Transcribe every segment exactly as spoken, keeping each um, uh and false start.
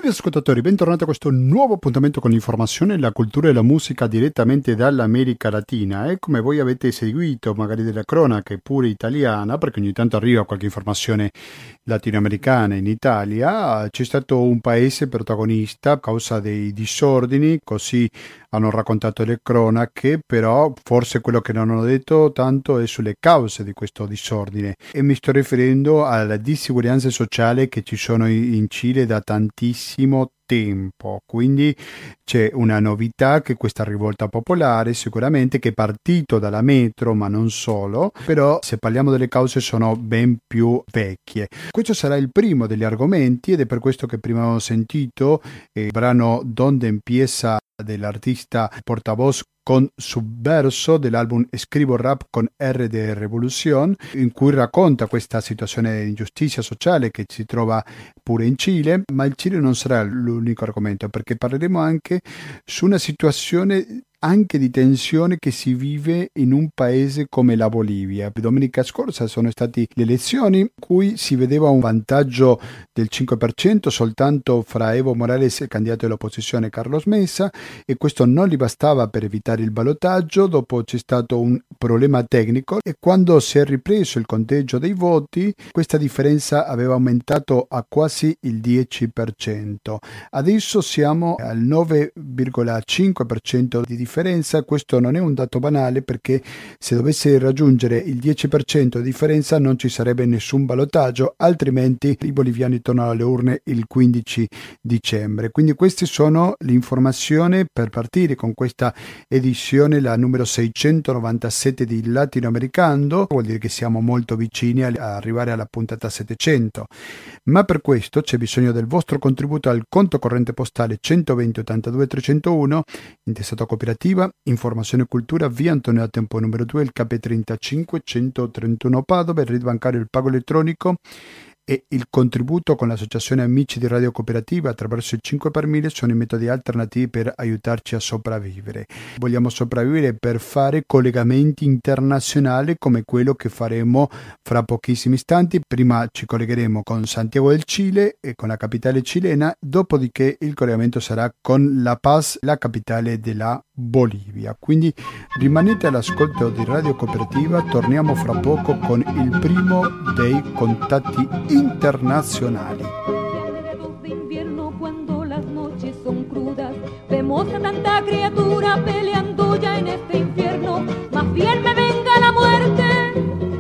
Cari ascoltatori, bentornati a questo nuovo appuntamento con l'informazione, la cultura e la musica direttamente dall'America Latina. E come voi avete seguito magari delle cronache pure italiana, perché ogni tanto arriva qualche informazione latinoamericana in Italia, c'è stato un paese protagonista a causa dei disordini, così hanno raccontato le cronache, però forse quello che non hanno detto tanto è sulle cause di questo disordine. E mi sto riferendo alla disuguaglianza sociale che ci sono in Cile da tantissimo tempo. Quindi c'è una novità, che questa rivolta popolare sicuramente, che è partito dalla metro, ma non solo, però se parliamo delle cause sono ben più vecchie. Questo sarà il primo degli argomenti ed è per questo che prima ho sentito il brano Donde Empieza dell'artista portavoz con Subverso dell'album Scrivo Rap con R de Revolución, in cui racconta questa situazione di ingiustizia sociale che si trova pure in Cile. Ma il Cile non sarà l'unico argomento, perché parleremo anche su una situazione anche di tensione che si vive in un paese come la Bolivia. Domenica scorsa sono state le elezioni in cui si vedeva un vantaggio del cinque per cento soltanto fra Evo Morales e il candidato dell'opposizione Carlos Mesa, e questo non gli bastava per evitare il ballottaggio. Dopo c'è stato un problema tecnico e quando si è ripreso il conteggio dei voti questa differenza aveva aumentato a quasi il dieci per cento. Adesso siamo al nove virgola cinque per cento di differenza. Questo non è un dato banale, perché se dovesse raggiungere il dieci per cento di differenza non ci sarebbe nessun ballottaggio, altrimenti i boliviani tornano alle urne il quindici dicembre. Quindi queste sono le informazioni per partire con questa edizione, la numero seicentonovantasette di Latinoamericano. Vuol dire che siamo molto vicini a arrivare alla puntata settecento, ma per questo c'è bisogno del vostro contributo al conto corrente postale centoventi ottantadue trecentouno, intestato cooperativa Informazione e Cultura, via Antonio da Tempo numero due, il K trentacinque centotrentuno Padova, il R I D bancario, il pago elettronico e il contributo con l'associazione Amici di Radio Cooperativa attraverso il cinque per mille sono i metodi alternativi per aiutarci a sopravvivere. Vogliamo sopravvivere per fare collegamenti internazionali come quello che faremo fra pochissimi istanti. Prima ci collegheremo con Santiago del Cile e con la capitale cilena, dopodiché il collegamento sarà con La Paz, la capitale della Bolivia. Quindi rimanete all'ascolto di Radio Cooperativa, torniamo fra poco con il primo dei contatti internazionali. Vemos a tanta criatura peleando ya en este infierno. Más bien me venga la muerte,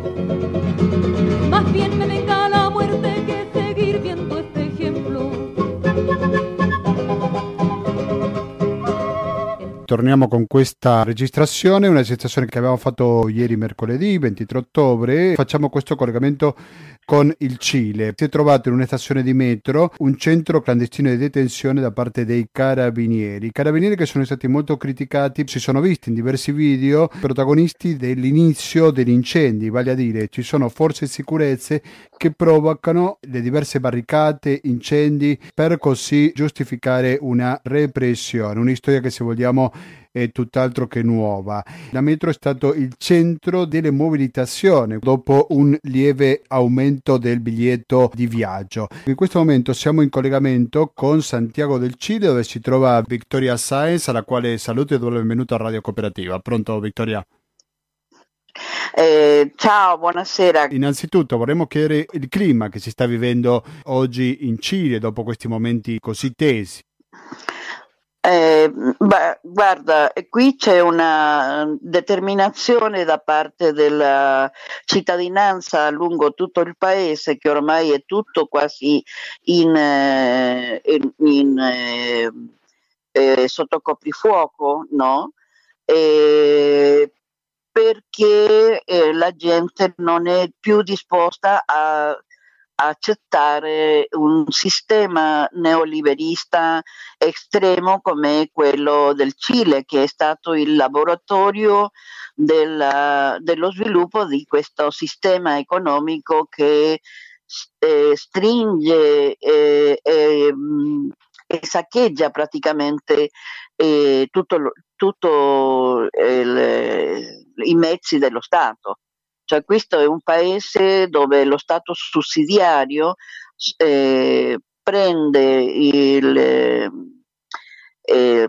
más bien me venga la muerte que seguir viendo este ejemplo. Torniamo con questa registrazione, una registrazione che abbiamo fatto ieri mercoledì ventitré ottobre. Facciamo questo collegamento con il Cile. Si è trovato in una stazione di metro un centro clandestino di detenzione da parte dei carabinieri. I carabinieri che sono stati molto criticati, si sono visti in diversi video protagonisti dell'inizio degli incendi, vale a dire ci sono forze di sicurezza che provocano le diverse barricate, incendi, per così giustificare una repressione, una storia che, se vogliamo, è tutt'altro che nuova. La metro è stato il centro delle mobilitazioni dopo un lieve aumento del biglietto di viaggio. In questo momento siamo in collegamento con Santiago del Cile, dove si trova Victoria Sáenz, alla quale saluto e do il benvenuto a Radio Cooperativa. Pronto, Victoria? Eh, ciao, buonasera. Innanzitutto vorremmo chiedere il clima che si sta vivendo oggi in Cile dopo questi momenti così tesi. Eh, beh, guarda, qui c'è una determinazione da parte della cittadinanza lungo tutto il paese, che ormai è tutto quasi in, eh, in, in eh, eh, sotto coprifuoco, no? Eh, perché eh, la gente non è più disposta a accettare un sistema neoliberista estremo come quello del Cile, che è stato il laboratorio della, dello sviluppo di questo sistema economico che eh, stringe eh, eh, e saccheggia praticamente eh, tutto, tutto il, i mezzi dello Stato. Cioè, questo è un paese dove lo Stato sussidiario eh, prende il, eh, eh,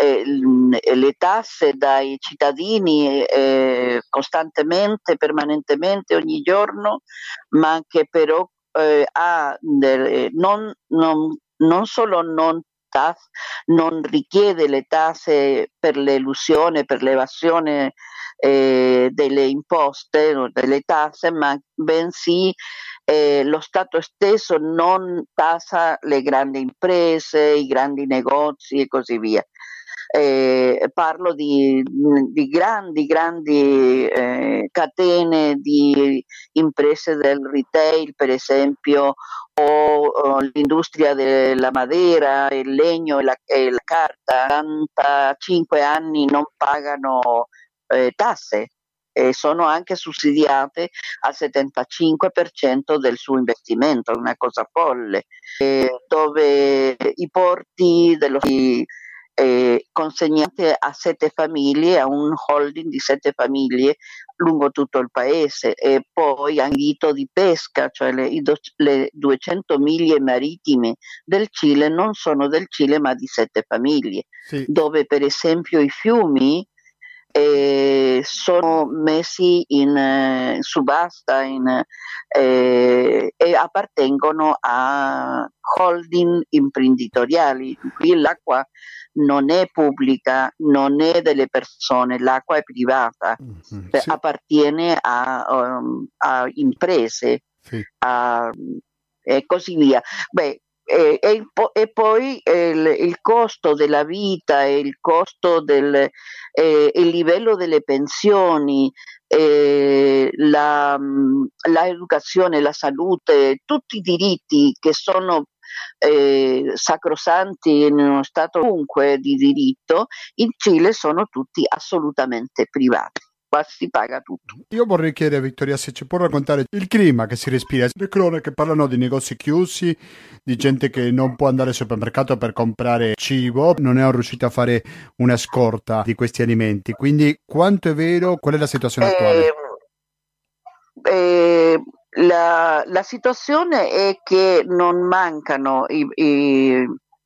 le tasse dai cittadini eh, costantemente, permanentemente, ogni giorno, ma che però eh, ha delle, non, non, non solo non tasse, non richiede le tasse per l'elusione, per l'evasione eh, delle imposte, delle tasse, ma bensì eh, lo Stato stesso non tassa le grandi imprese, i grandi negozi e così via. Eh, parlo di, di grandi, grandi eh, catene di imprese del retail, per esempio, o, o l'industria della madera, il legno e la, e la carta. quarantacinque anni non pagano eh, tasse e sono anche sussidiate al settantacinque per cento del suo investimento, una cosa folle, eh, dove i porti dello eh, consegnate a sette famiglie, a un holding di sette famiglie lungo tutto il paese, e poi a invito di pesca, cioè le, i do, le duecento miglia marittime del Cile non sono del Cile ma di sette famiglie, sì. Dove per esempio i fiumi eh, sono messi in eh, subasta in, eh, e appartengono a holding imprenditoriali. Qui l'acqua non è pubblica, non è delle persone, l'acqua è privata, mm-hmm, sì. Appartiene a, um, a imprese, sì. a, e così via. Beh, E, e, e poi il, il costo della vita e il costo del eh, il livello delle pensioni, eh, la, la educazione, la salute, tutti i diritti che sono eh, sacrosanti in uno Stato comunque di diritto, in Cile sono tutti assolutamente privati. Qua si paga tutto. Io vorrei chiedere a Vittoria se ci può raccontare il clima che si respira. Le cronache parlano di negozi chiusi, di gente che non può andare al supermercato per comprare cibo, non è riuscita a fare una scorta di questi alimenti. Quindi quanto è vero? Qual è la situazione attuale? Eh, eh, la, la situazione è che non mancano i, i,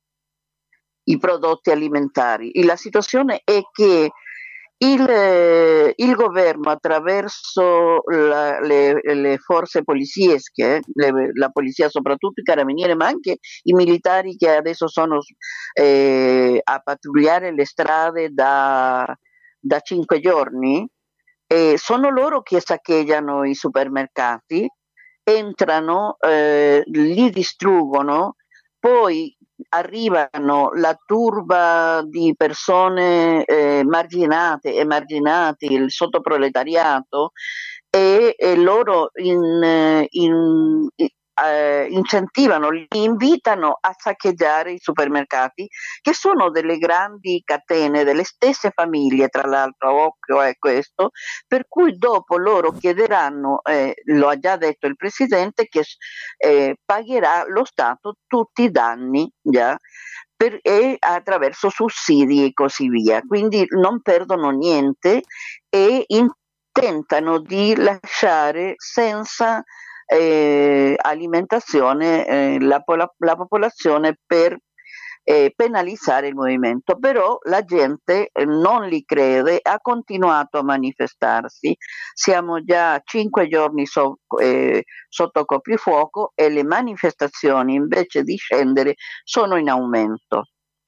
i prodotti alimentari. La situazione è che Il, il governo attraverso la, le, le forze poliziesche, le, la polizia soprattutto i carabinieri, ma anche i militari che adesso sono eh, a pattugliare le strade da, da cinque giorni, eh, sono loro che saccheggiano i supermercati, entrano, eh, li distruggono, poi arrivano la turba di persone eh, marginate, emarginati, il sottoproletariato, e, e loro in, in, eh, incentivano, li invitano a saccheggiare i supermercati, che sono delle grandi catene, delle stesse famiglie, tra l'altro, occhio è questo, per cui dopo loro chiederanno, eh, lo ha già detto il Presidente, che eh, pagherà lo Stato tutti i danni, già, per, e attraverso sussidi e così via. Quindi non perdono niente e intentano di lasciare senza Eh, alimentazione eh, la, la popolazione per eh, penalizzare il movimento, però la gente eh, non li crede, ha continuato a manifestarsi, siamo già cinque giorni so, eh, sotto coprifuoco e le manifestazioni invece di scendere sono in aumento.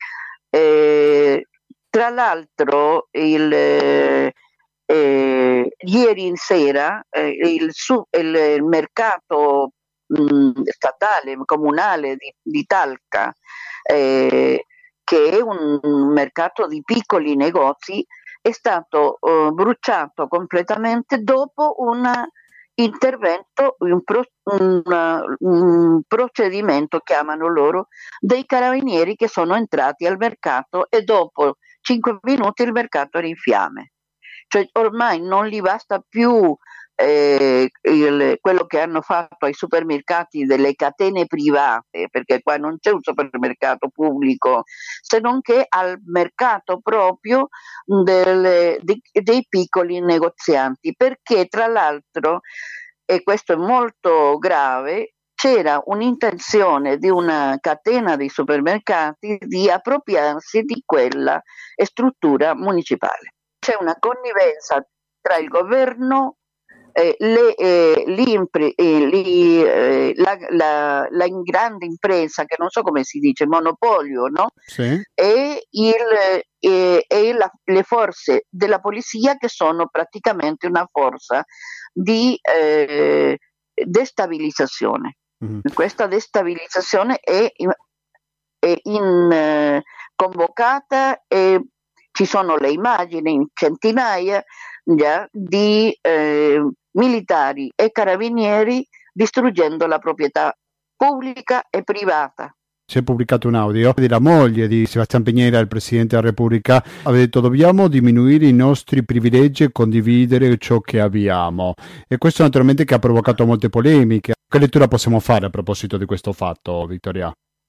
Eh, tra l'altro il eh, Eh, ieri in sera eh, il, su, il, il mercato mh, statale, comunale di, di Talca, eh, che è un, un mercato di piccoli negozi, è stato eh, bruciato completamente dopo un intervento, un, pro, una, un procedimento, chiamano loro, dei carabinieri che sono entrati al mercato e dopo cinque minuti il mercato era in fiamme. Cioè ormai non gli basta più eh, il, quello che hanno fatto ai supermercati delle catene private, perché qua non c'è un supermercato pubblico, se non che al mercato proprio delle, di, dei piccoli negozianti, perché tra l'altro, e questo è molto grave, c'era un'intenzione di una catena di supermercati di appropriarsi di quella struttura municipale. C'è una connivenza tra il governo, eh, le, eh, l'impre, eh, li, eh, la, la, la grande impresa, che non so come si dice, monopolio, no? Sì. E, il, eh, e la, le forze della polizia, che sono praticamente una forza di eh, destabilizzazione. Mm-hmm. Questa destabilizzazione è in, è in eh, convocata e ci sono le immagini in centinaia già, di eh, militari e carabinieri distruggendo la proprietà pubblica e privata. Si è pubblicato un audio della moglie di Sebastián Piñera, il Presidente della Repubblica. Ha detto: dobbiamo diminuire i nostri privilegi e condividere ciò che abbiamo. E questo naturalmente che ha provocato molte polemiche. Che lettura possiamo fare a proposito di questo fatto, Vittoria?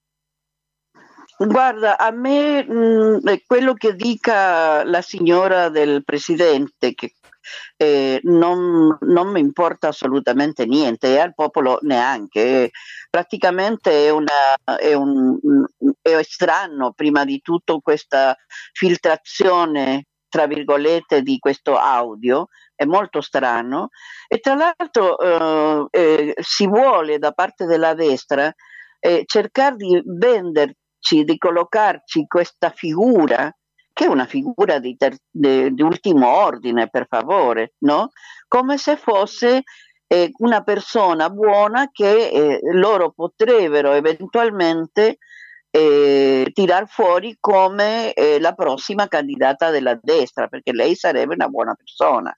Guarda, a me mh, quello che dica la signora del Presidente, che eh, non, non mi importa assolutamente niente, e al popolo neanche. Praticamente è, una, è, un, è strano, prima di tutto, questa filtrazione, tra virgolette, di questo audio, è molto strano, e tra l'altro eh, eh, si vuole da parte della destra eh, cercare di venderci, di collocarci questa figura, che è una figura di, ter- de- di ultimo ordine, per favore, no? Come se fosse eh, una persona buona che eh, loro potrebbero eventualmente eh, tirar fuori come eh, la prossima candidata della destra, perché lei sarebbe una buona persona.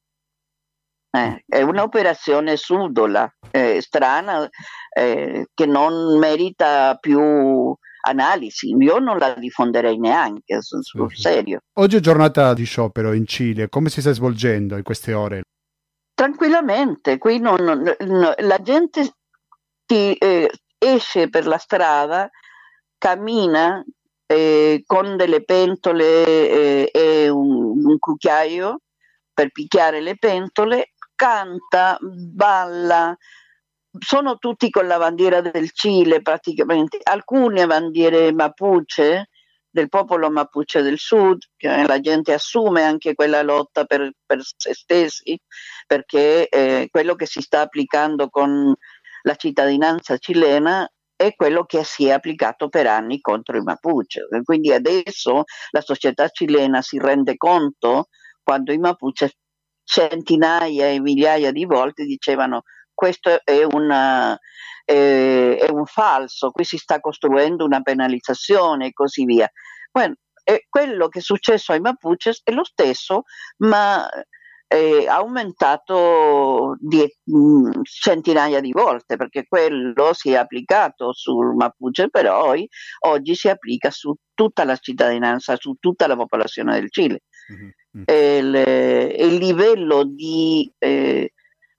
Eh, è un'operazione subdola, eh, strana, eh, che non merita più analisi. Io non la diffonderei neanche, sul, sul sì, serio. Oggi è giornata di sciopero in Cile, come si sta svolgendo in queste ore? Tranquillamente, qui non, non, la gente ti, eh, esce per la strada, cammina eh, con delle pentole eh, e un, un cucchiaio per picchiare le pentole, canta, balla. Sono tutti con la bandiera del Cile praticamente, alcune bandiere mapuche, del popolo mapuche del sud, che la gente assume anche quella lotta per, per se stessi, perché eh, quello che si sta applicando con la cittadinanza cilena è quello che si è applicato per anni contro i mapuche. Quindi adesso la società cilena si rende conto, quando i mapuche centinaia e migliaia di volte dicevano: questo è, una, eh, è un falso, qui si sta costruendo una penalizzazione e così via. Bueno, eh, quello che è successo ai Mapuches è lo stesso, ma è aumentato di mh, centinaia di volte, perché quello si è applicato sul Mapuche, però oggi si applica su tutta la cittadinanza, su tutta la popolazione del Cile. Mm-hmm. E il, il livello di... Eh,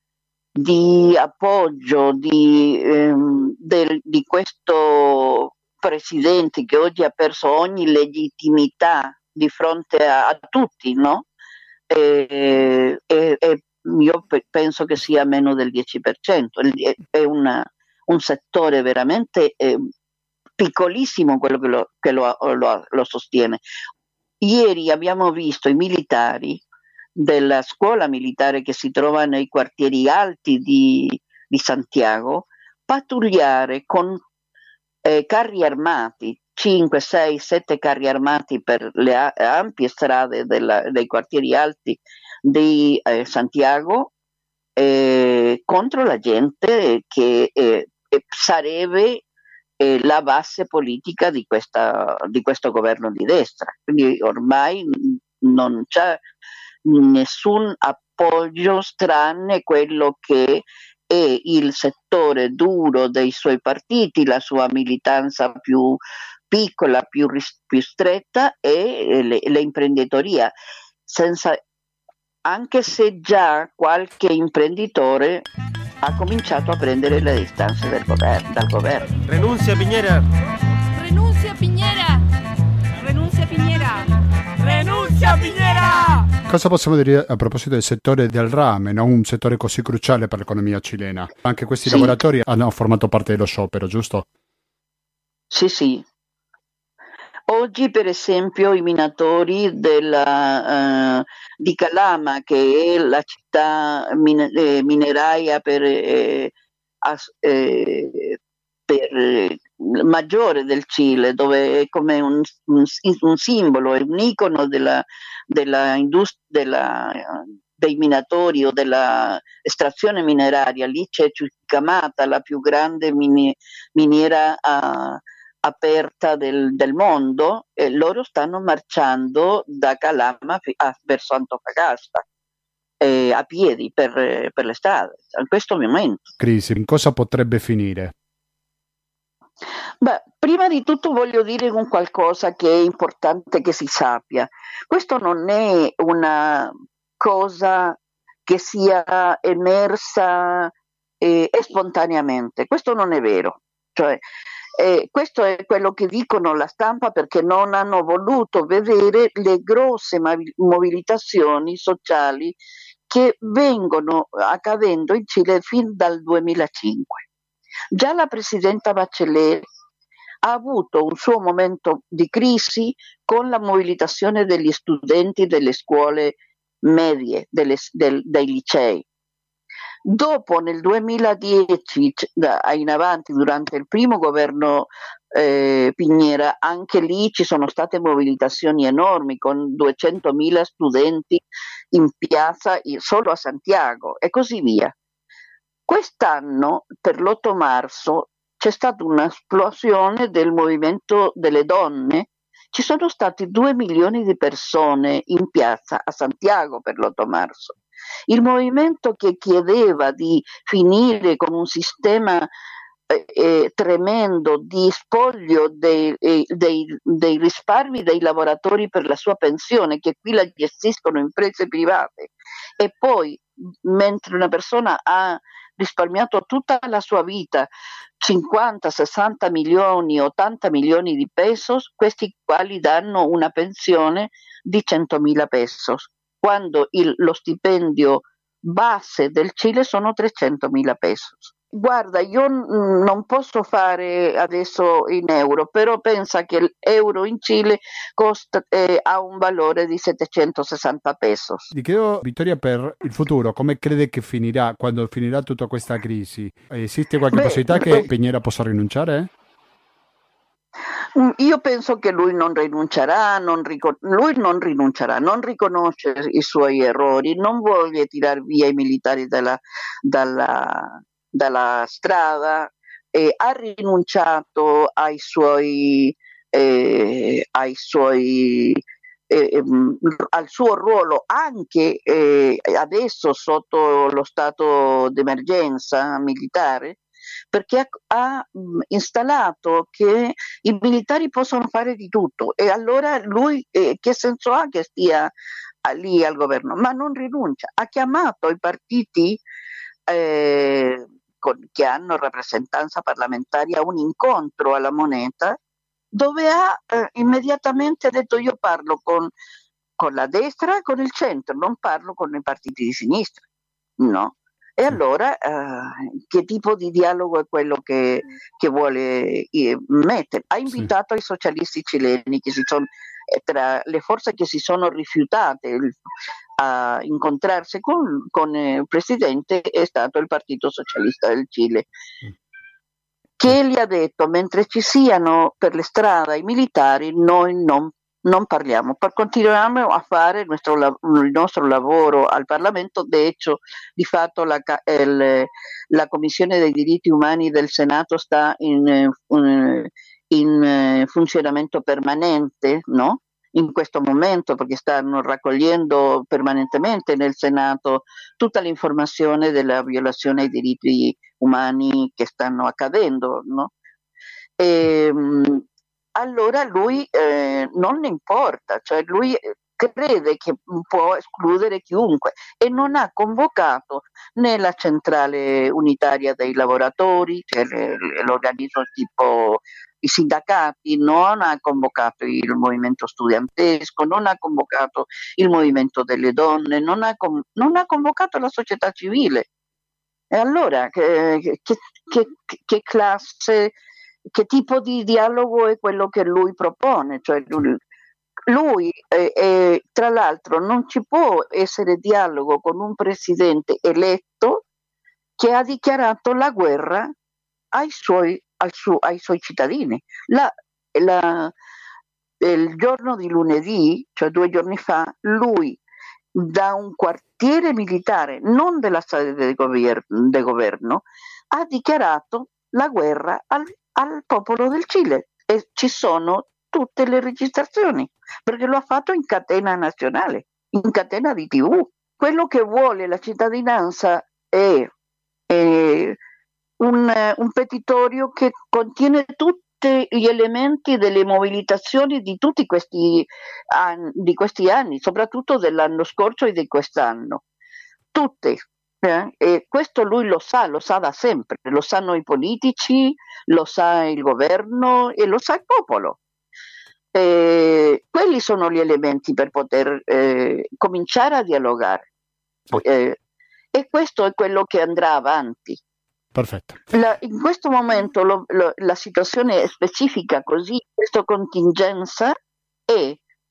di appoggio di, ehm, del, di questo presidente, che oggi ha perso ogni legittimità di fronte a, a tutti, no? E, e, e io pe- penso che sia meno del dieci per cento. È una, un settore veramente eh, piccolissimo quello che, lo, che lo, lo, lo sostiene. Ieri abbiamo visto i militari della scuola militare che si trova nei quartieri alti di, di Santiago pattugliare con eh, carri armati, cinque, sei, sette carri armati per le a- ampie strade della, dei quartieri alti di eh, Santiago eh, contro la gente che eh, sarebbe eh, la base politica di, questa, di questo governo di destra. Quindi ormai non c'è nessun appoggio, tranne quello che è il settore duro dei suoi partiti, la sua militanza più piccola, più, più stretta, e le, le imprenditoria, senza, anche se già qualche imprenditore ha cominciato a prendere le distanze del governo, dal governo. Renuncia Piñera. Renuncia Piñera. Renuncia Piñera. Renuncia Piñera. Cosa possiamo dire a proposito del settore del rame, no? Un settore così cruciale per l'economia cilena? Anche questi Sì, lavoratori hanno formato parte dello sciopero, giusto? sì, sì. Oggi, per esempio, i minatori della, eh, di Calama, che è la città min- eh, mineraria per, eh, as- eh, per, eh, maggiore del Cile, dove è come un, un- un simbolo, è un icono della, della indust- della, eh, dei minatori o della estrazione mineraria. Lì c'è Chuquicamata, la più grande mini- miniera a aperta del, del mondo, e loro stanno marciando da Calama fi- a, verso Antofagasta eh, a piedi per, per le strade in questo momento. Crisi, in cosa potrebbe finire? Beh, prima di tutto voglio dire un qualcosa che è importante che si sappia. Questo non è una cosa che sia emersa eh, spontaneamente, questo non è vero. Cioè, eh, questo è quello che dicono la stampa perché non hanno voluto vedere le grosse mobilitazioni sociali che vengono accadendo in Cile fin dal duemilacinque. Già la presidenta Bachelet ha avuto un suo momento di crisi con la mobilitazione degli studenti delle scuole medie, delle, del, dei licei. Dopo nel duemiladieci in avanti, durante il primo governo eh, Piñera, anche lì ci sono state mobilitazioni enormi con duecentomila studenti in piazza solo a Santiago e così via. Quest'anno, per l'otto marzo, c'è stata un'esplosione del movimento delle donne. Ci sono stati due milioni di persone in piazza a Santiago per l'otto marzo. Il movimento che chiedeva di finire con un sistema eh, eh, tremendo di spoglio dei, eh, dei, dei risparmi dei lavoratori per la sua pensione, che qui la gestiscono imprese private, e poi mentre una persona ha risparmiato tutta la sua vita cinquanta, sessanta milioni, ottanta milioni di pesos, questi quali danno una pensione di centomila pesos, quando il, lo stipendio base del Cile sono trecentomila pesos. Guarda, io n- non posso fare adesso in euro, però pensa che l'euro in Cile costa, eh, ha un valore di settecentosessanta pesos. Ti chiedo, Vittoria, per il futuro, come crede che finirà, quando finirà tutta questa crisi? Esiste qualche Beh, possibilità che Piñera possa rinunciare? Io penso che lui non rinuncerà, non ricon- lui non rinuncerà, non riconosce i suoi errori, non vuole tirar via i militari dalla, dalla, dalla strada, e ha rinunciato ai suoi, eh, ai suoi eh, ehm, al suo ruolo anche eh, adesso sotto lo stato d'emergenza militare, perché ha, ha mh, installato che i militari possono fare di tutto, e allora lui eh, che senso ha che stia lì al governo? Ma non rinuncia, ha chiamato i partiti eh, con, che hanno rappresentanza parlamentare a un incontro alla Moneta, dove ha eh, immediatamente detto: io parlo con, con la destra e con il centro, non parlo con i partiti di sinistra, no? E Sì. allora eh, che tipo di dialogo è quello che, che vuole eh, mettere? Ha invitato sì. i socialisti cileni, che si sono, eh, tra le forze che si sono rifiutate il, a incontrarsi con, con il presidente è stato il Partito Socialista del Cile, mm. che gli ha detto: mentre ci siano per le strade i militari, noi non, non parliamo, per continuiamo a fare il nostro, il nostro lavoro al Parlamento. De hecho, di fatto la, el, la Commissione dei diritti umani del Senato sta in, in, in funzionamento permanente, no? In questo momento, perché stanno raccogliendo permanentemente nel Senato tutta l'informazione della violazione ai diritti umani che stanno accadendo, no? E, allora lui eh, non ne importa, cioè lui crede che può escludere chiunque, e non ha convocato né la centrale unitaria dei lavoratori, cioè l'organismo tipo i sindacati, non ha convocato il movimento studentesco, non ha convocato il movimento delle donne, non ha, con- non ha convocato la società civile. E allora che, che- che- che classe, che tipo di dialogo è quello che lui propone? Cioè, lui, lui, eh, eh, tra l'altro, non ci può essere dialogo con un presidente eletto che ha dichiarato la guerra ai suoi, al suo- ai suoi cittadini. La- la- il giorno di lunedì, cioè due giorni fa, lui da un quartiere militare, non della sede del governo, del governo ha dichiarato la guerra al, al popolo del Cile e ci sono tutte le registrazioni, perché lo ha fatto in catena nazionale, in catena di tivù. Quello che vuole la cittadinanza è, è un, un petitorio che contiene tutti gli elementi delle mobilitazioni di tutti questi anni, di questi anni, soprattutto dell'anno scorso e di quest'anno. Tutte. Eh? E questo lui lo sa, lo sa da sempre, lo sanno i politici, lo sa il governo e lo sa il popolo. Eh, quelli sono gli elementi per poter eh, cominciare a dialogare. Eh, e questo è quello che andrà avanti. Perfetto. La, in questo momento lo, lo, la situazione è specifica così, questa contingenza è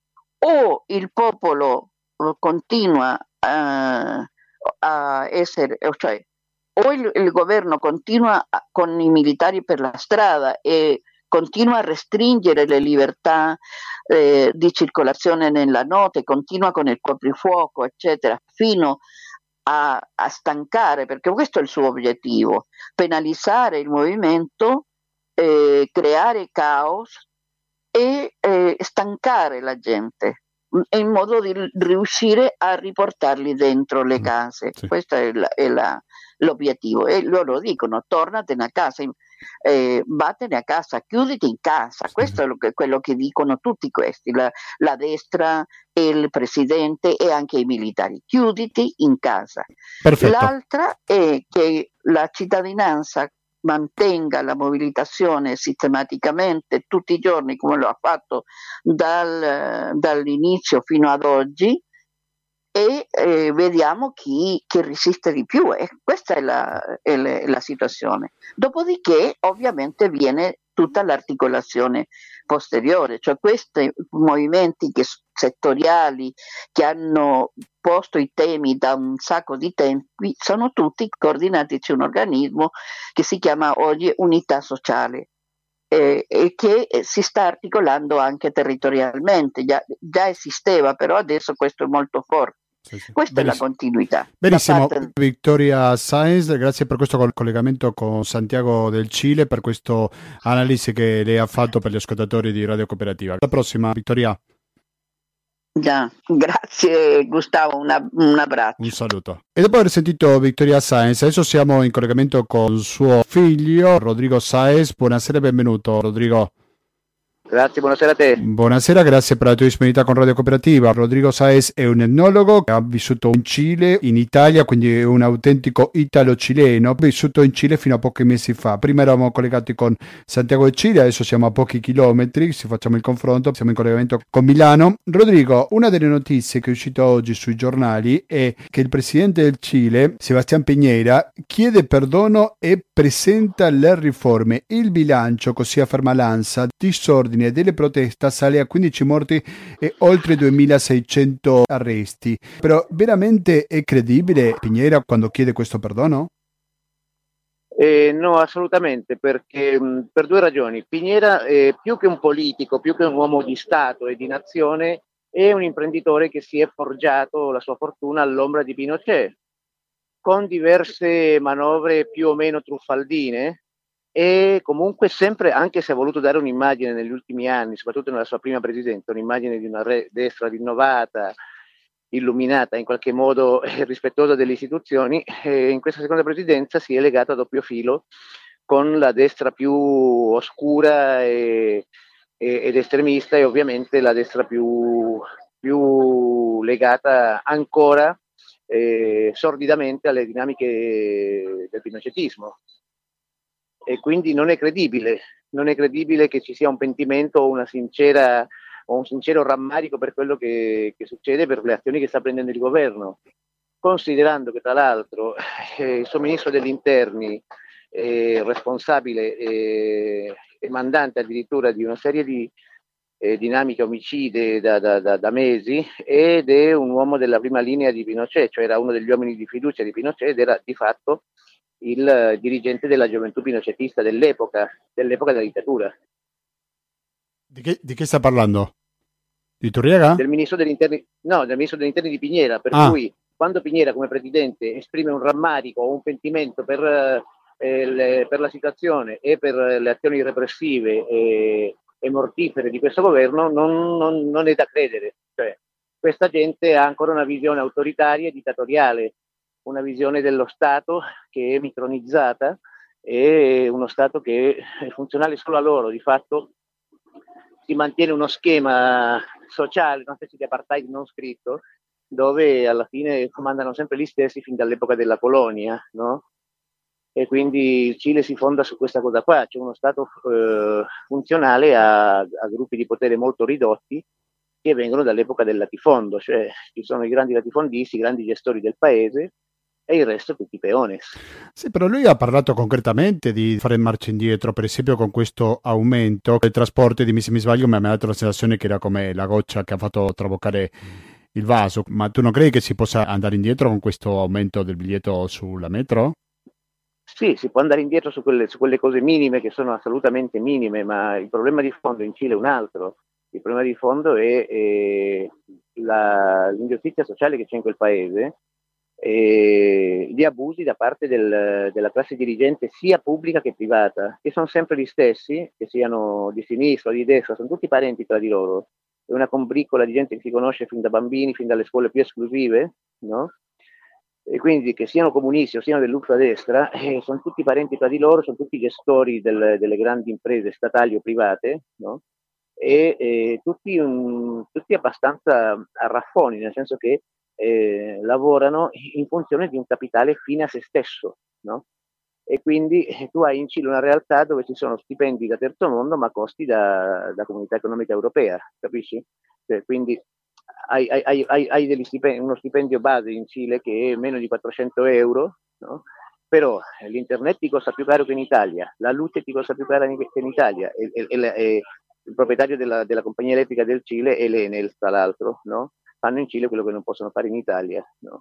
o il popolo continua a, a essere, cioè o il, il governo continua a, con i militari per la strada e continua a restringere le libertà eh, di circolazione nella notte, continua con il coprifuoco, eccetera, fino a, a stancare, perché questo è il suo obiettivo, penalizzare il movimento, eh, creare caos e eh, stancare la gente in modo di riuscire a riportarli dentro le case. Sì. Questo è, la, è la, l'obiettivo. E loro dicono: tornatene a casa, eh, vattene a casa, chiuditi in casa. Sì. Questo è lo che, quello che dicono tutti questi, la, la destra, il presidente e anche i militari. Chiuditi in casa. Perfetto. L'altra è che la cittadinanza mantenga la mobilitazione sistematicamente tutti i giorni, come lo ha fatto dal, dall'inizio fino ad oggi, e eh, vediamo chi, chi resiste di più, e questa è la, è la, è la situazione. Dopodiché ovviamente viene tutta l'articolazione posteriore, cioè questi movimenti che, settoriali che hanno posto i temi da un sacco di tempi sono tutti coordinati su un organismo che si chiama oggi Unità Sociale eh, e che si sta articolando anche territorialmente, già, già esisteva, però adesso questo è molto forte. Sì, sì. Questa Benissimo. È la continuità. Benissimo, parte... Victoria Sáenz, grazie per questo collegamento con Santiago del Cile, per questa analisi che lei ha fatto per gli ascoltatori di Radio Cooperativa. Alla prossima, Victoria. Già, grazie Gustavo, una, un abbraccio. Un saluto. E dopo aver sentito Victoria Sáenz, adesso siamo in collegamento con suo figlio, Rodrigo Sáenz. Buonasera e benvenuto, Rodrigo. Grazie, buonasera a te. Buonasera, grazie per la tua disponibilità con Radio Cooperativa. Rodrigo Sáenz è un etnologo che ha vissuto in Cile, in Italia, quindi è un autentico italo-cileno, ha vissuto in Cile fino a pochi mesi fa. Prima eravamo collegati con Santiago del Cile, adesso siamo a pochi chilometri, se facciamo il confronto, siamo in collegamento con Milano. Rodrigo, una delle notizie che è uscita oggi sui giornali è che il presidente del Cile, Sebastián Piñera, chiede perdono e presenta le riforme. Il bilancio, così afferma l'ANSA, disordine delle proteste sale a quindici morti e oltre duemilaseicento arresti. Però veramente è credibile Piñera quando chiede questo perdono? Eh, no, assolutamente, perché mh, per due ragioni. Piñera, eh, più che un politico, più che un uomo di Stato e di nazione, è un imprenditore che si è forgiato la sua fortuna all'ombra di Pinochet, con diverse manovre più o meno truffaldine, e comunque sempre, anche se ha voluto dare un'immagine negli ultimi anni, soprattutto nella sua prima presidenza, un'immagine di una re- destra rinnovata, illuminata, in qualche modo eh, rispettosa delle istituzioni, eh, in questa seconda presidenza si è legata a doppio filo con la destra più oscura e, e, ed estremista, e ovviamente la destra più, più legata ancora eh, sordidamente alle dinamiche del pinochetismo. E quindi non è credibile non è credibile che ci sia un pentimento o una sincera o un sincero rammarico per quello che, che succede, per le azioni che sta prendendo il governo, considerando che tra l'altro eh, il suo ministro degli interni è responsabile e, e mandante addirittura di una serie di eh, dinamiche omicide da, da, da, da mesi, ed è un uomo della prima linea di Pinochet, cioè era uno degli uomini di fiducia di Pinochet ed era di fatto il dirigente della gioventù pinochetista dell'epoca, dell'epoca della dittatura. Di che, di che sta parlando? Di Turriaga? Del ministro degli interni, no, del ministro degli interni di Piñera, per ah. cui quando Piñera come presidente esprime un rammarico o un pentimento per, eh, le, per la situazione e per le azioni repressive e, e mortifere di questo governo, non, non, non è da credere. Cioè, questa gente ha ancora una visione autoritaria e dittatoriale, una visione dello Stato che è micronizzata, e uno Stato che è funzionale solo a loro. Di fatto si mantiene uno schema sociale, una specie di apartheid non scritto, dove alla fine comandano sempre gli stessi fin dall'epoca della colonia, no? E quindi il Cile si fonda su questa cosa qua, c'è uno Stato eh, funzionale a, a gruppi di potere molto ridotti che vengono dall'epoca del latifondo, cioè ci sono i grandi latifondisti, i grandi gestori del paese, e il resto tutti peones. Sì, però lui ha parlato concretamente di fare marcia indietro, per esempio con questo aumento del trasporto. Dimmi se mi sbaglio, ma mi ha dato la sensazione che era come la goccia che ha fatto traboccare il vaso. Ma tu non credi che si possa andare indietro con questo aumento del biglietto sulla metro? Sì, si può andare indietro su quelle, su quelle cose minime che sono assolutamente minime, ma il problema di fondo in Cile è un altro. Il problema di fondo è, è la, l'ingiustizia sociale che c'è in quel paese, e gli abusi da parte del, della classe dirigente sia pubblica che privata, che sono sempre gli stessi, che siano di sinistra o di destra, sono tutti parenti tra di loro, è una combriccola di gente che si conosce fin da bambini, fin dalle scuole più esclusive, no? E quindi che siano comunisti o siano dell'ultradestra, eh, sono tutti parenti tra di loro, sono tutti gestori del, delle grandi imprese statali o private, no? E eh, tutti, um, tutti abbastanza arraffoni, nel senso che Eh, lavorano in funzione di un capitale fine a se stesso, no? E quindi eh, tu hai in Cile una realtà dove ci sono stipendi da terzo mondo ma costi da, da comunità economica europea, capisci? Cioè, quindi hai, hai, hai, hai degli stipendi, uno stipendio base in Cile che è meno di quattrocento euro, no? Però eh, l'internet ti costa più caro che in Italia, la luce ti costa più cara che in Italia, e, e, e, e il proprietario della, della compagnia elettrica del Cile è l'Enel, tra l'altro, no? Fanno in Cile quello che non possono fare in Italia, no?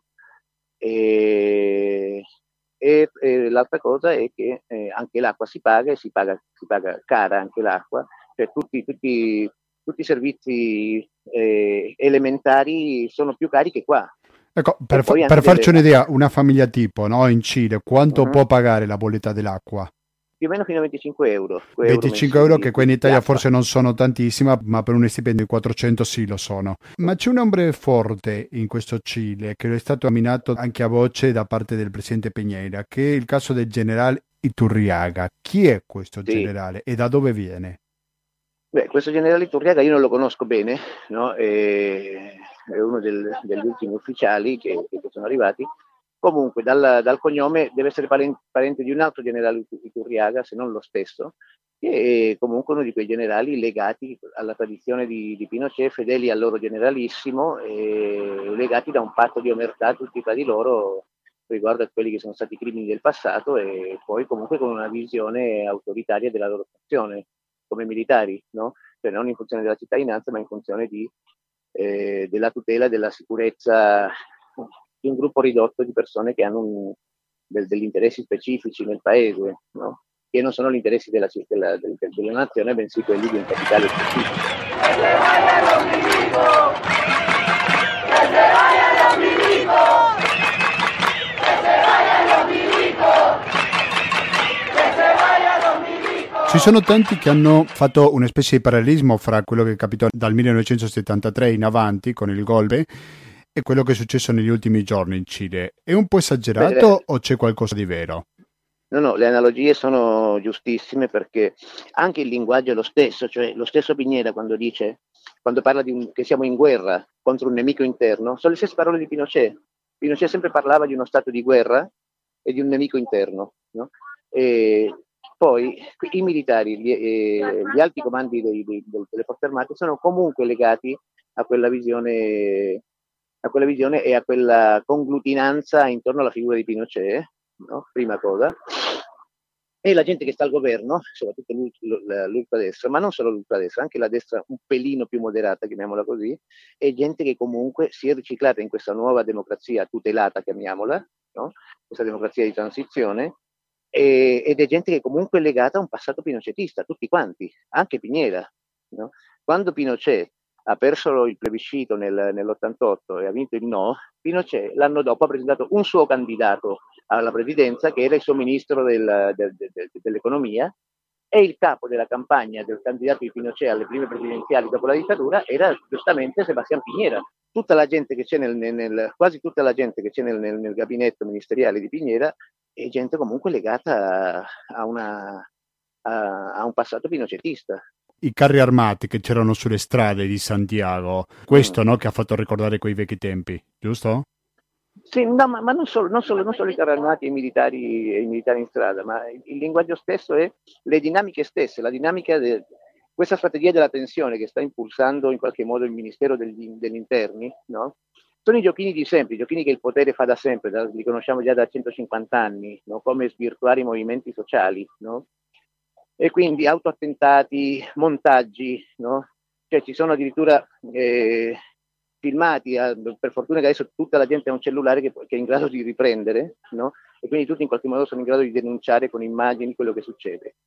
E, e, e l'altra cosa è che eh, anche l'acqua si paga, e si paga, si paga cara anche l'acqua, cioè tutti, tutti, tutti i servizi eh, elementari sono più cari che qua. Ecco, per, fa- per farci delle... un'idea, una famiglia tipo, no, in Cile, quanto uh-huh. può pagare la bolletta dell'acqua? Più o meno fino a venticinque euro. venticinque euro, che qua in Italia forse non sono tantissimi, ma per un stipendio di quattrocento sì lo sono. Ma c'è un ombre forte in questo Cile, che è stato nominato anche a voce da parte del presidente Piñera, che è il caso del generale Iturriaga. Chi è questo sì. generale e da dove viene? Beh, questo generale Iturriaga io non lo conosco bene, no? È, è uno del, degli ultimi ufficiali che, che sono arrivati. Comunque dal, dal cognome deve essere parente di un altro generale Iturriaga, se non lo stesso, che è comunque uno di quei generali legati alla tradizione di, di Pinochet, fedeli al loro generalissimo, e legati da un patto di omertà tutti tra di loro riguardo a quelli che sono stati i crimini del passato, e poi comunque con una visione autoritaria della loro funzione come militari, no? Cioè non in funzione della cittadinanza, ma in funzione di, eh, della tutela della sicurezza di un gruppo ridotto di persone che hanno un, del, degli interessi specifici nel paese, no? Che non sono gli interessi della, della, della, della nazione, bensì quelli di un capitale specifico. ¡Que se vayan los milicos! ¡Que se vayan los milicos! ¡Que se vayan los milicos! ¡Que se vayan los milicos! Ci sono tanti che hanno fatto una specie di parallelismo fra quello che capitò dal millenovecentosettantatré in avanti con il golpe e quello che è successo negli ultimi giorni in Cile. È un po' esagerato Beh, o c'è qualcosa di vero? No, no, le analogie sono giustissime, perché anche il linguaggio è lo stesso, cioè lo stesso Piñera quando dice, quando parla di un, che siamo in guerra contro un nemico interno, sono le stesse parole di Pinochet. Pinochet sempre parlava di uno stato di guerra e di un nemico interno, no? E poi i militari, gli, eh, gli alti comandi dei, dei, delle forze armate sono comunque legati a quella visione, a quella visione e a quella conglutinanza intorno alla figura di Pinochet, no? Prima cosa. E la gente che sta al governo, soprattutto l'ultradestra, ma non solo l'ultradestra, anche la destra un pelino più moderata, chiamiamola così, è gente che comunque si è riciclata in questa nuova democrazia tutelata, chiamiamola, no? Questa democrazia di transizione, e, ed è gente che comunque è legata a un passato pinochetista, tutti quanti, anche Piñera, no? Quando Pinochet ha perso il plebiscito nel, nell'ottantotto e ha vinto il no, Pinochet l'anno dopo ha presentato un suo candidato alla presidenza, che era il suo ministro del, del, del, dell'economia, e il capo della campagna del candidato di Pinochet alle prime presidenziali dopo la dittatura era giustamente Sebastián Piñera. Tutta la gente che c'è nel, nel, quasi tutta la gente che c'è nel, nel, nel gabinetto ministeriale di Piñera è gente comunque legata a, a, una, a, a un passato pinochetista. I carri armati che c'erano sulle strade di Santiago, questo mm. no, che ha fatto ricordare quei vecchi tempi, giusto? Sì, no, ma, ma non, solo, non, solo, non solo i carri armati e i militari, e i militari in strada, ma il, il linguaggio stesso e le dinamiche stesse, la dinamica de, questa strategia della tensione che sta impulsando in qualche modo il Ministero degli, degli Interni, no? Sono i giochini di sempre, i giochini che il potere fa da sempre, da, li conosciamo già da centocinquanta anni, no? Come svirtuare i movimenti sociali, no? E quindi autoattentati, montaggi, no? Cioè ci sono addirittura eh, filmati, eh, per fortuna che adesso tutta la gente ha un cellulare che, che è in grado di riprendere, no? E quindi tutti in qualche modo sono in grado di denunciare con immagini quello che succede.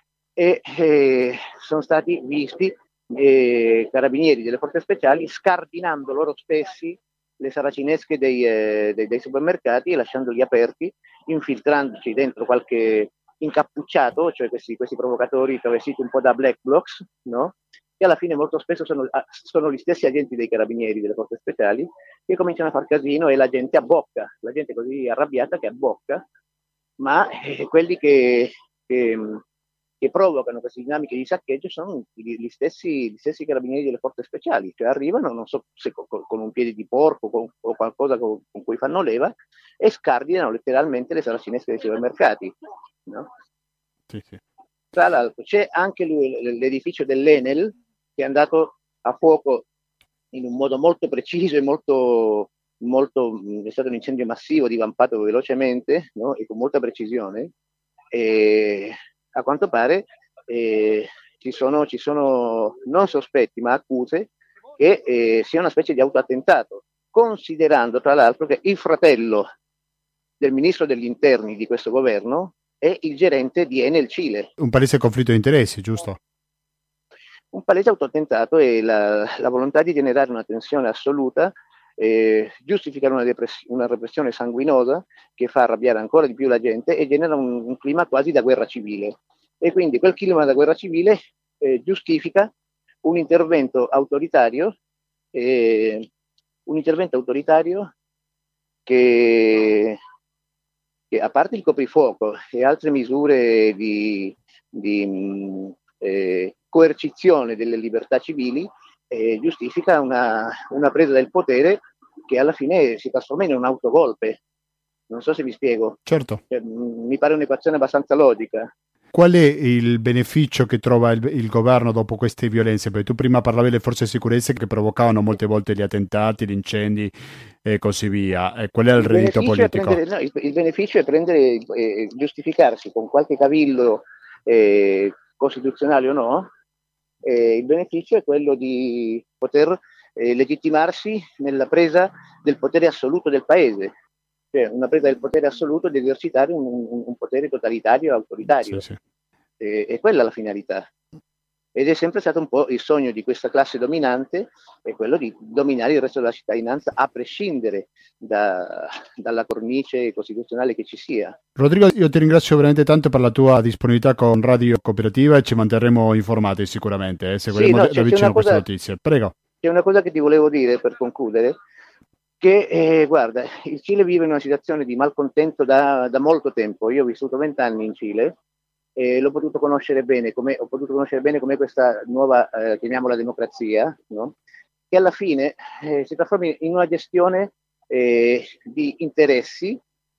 E eh, sono stati visti eh, carabinieri delle forze speciali scardinando loro stessi le saracinesche dei, eh, dei, dei supermercati e lasciandoli aperti, infiltrandoci dentro qualche incappucciato, cioè questi, questi provocatori travestiti un po' da black blocs, no? Che alla fine molto spesso sono, sono gli stessi agenti dei carabinieri, delle forze speciali, che cominciano a far casino e la gente abbocca, la gente così arrabbiata che abbocca, ma eh, quelli che, che, che provocano queste dinamiche di saccheggio sono gli, gli, stessi, gli stessi carabinieri delle forze speciali, cioè arrivano, non so se con, con un piede di porco con, o qualcosa con, con cui fanno leva, e scardinano letteralmente le saracinesche dei supermercati, no? Sì, sì. Tra l'altro c'è anche lui, l'edificio dell'Enel che è andato a fuoco in un modo molto preciso e molto, molto è stato un incendio massivo, divampato velocemente, no? E con molta precisione, e a quanto pare eh, ci, sono, ci sono non sospetti ma accuse che eh, sia una specie di autoattentato, considerando tra l'altro che il fratello del ministro degli interni di questo governo è il gerente di Enel Cile. Un palese conflitto di interessi, giusto? Un palese autoattentato e la, la volontà di generare una tensione assoluta, eh, giustificare una, depress- una repressione sanguinosa che fa arrabbiare ancora di più la gente e genera un, un clima quasi da guerra civile. E quindi quel clima da guerra civile eh, giustifica un intervento autoritario, eh, un intervento autoritario che... che a parte il coprifuoco e altre misure di, di eh, coercizione delle libertà civili, eh, giustifica una, una presa del potere che alla fine si trasforma in un autogolpe. Non so se mi spiego. Certo. Cioè, mi pare un'equazione abbastanza logica. Qual è il beneficio che trova il, il governo dopo queste violenze? Perché tu prima parlavi delle forze di sicurezza che provocavano molte volte gli attentati, gli incendi e così via. E qual è il, il reddito politico? Prendere, no, il, il beneficio è prendere, eh, giustificarsi con qualche cavillo eh, costituzionale o no. Eh, il beneficio è quello di poter eh, legittimarsi nella presa del potere assoluto del paese. Cioè una presa del potere assoluto di esercitare un, un, un potere totalitario e autoritario. Sì, sì. E, e quella è la finalità. Ed è sempre stato un po' il sogno di questa classe dominante, è quello di dominare il resto della cittadinanza a prescindere da, dalla cornice costituzionale che ci sia. Rodrigo, io ti ringrazio veramente tanto per la tua disponibilità con Radio Cooperativa e ci manterremo informati sicuramente, eh, seguiremo sì, no, da vicino queste notizie. Prego. C'è una cosa che ti volevo dire per concludere, che eh, guarda, il Cile vive in una situazione di malcontento da, da molto tempo. Io ho vissuto vent'anni in Cile e l'ho potuto conoscere bene, come ho potuto conoscere bene come questa nuova, eh, chiamiamola democrazia, no? Che alla fine eh, si trasforma in una gestione eh, di interessi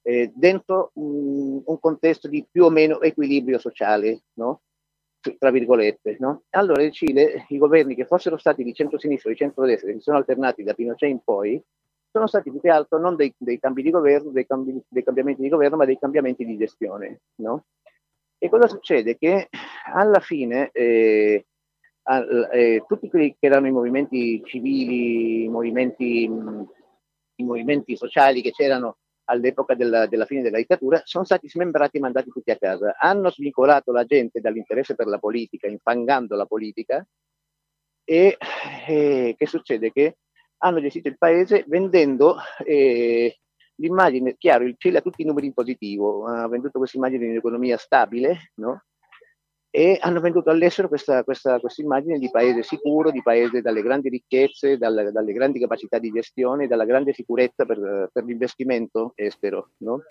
eh, dentro mh, un contesto di più o meno equilibrio sociale, no? Tra virgolette, no? Allora in Cile i governi che fossero stati di centrosinistra o di centrodestra, che si sono alternati da Pinochet in poi, sono stati più che altro non dei, dei cambi di governo, dei, cambi, dei cambiamenti di governo, ma dei cambiamenti di gestione, no? E cosa succede? Che alla fine eh, al, eh, tutti quelli che erano i movimenti civili, i movimenti, mh, i movimenti sociali che c'erano all'epoca della, della fine della dittatura, sono stati smembrati e mandati tutti a casa. Hanno svincolato la gente dall'interesse per la politica, infangando la politica, e eh, che succede? Che hanno gestito il paese vendendo eh, l'immagine, chiaro, il Cile ha tutti i numeri in positivo, ha venduto questa immagine di un'economia stabile, no? E hanno venduto all'estero questa, questa, questa immagine di paese sicuro, di paese dalle grandi ricchezze, dalle, dalle grandi capacità di gestione, dalla grande sicurezza per, per l'investimento estero, no?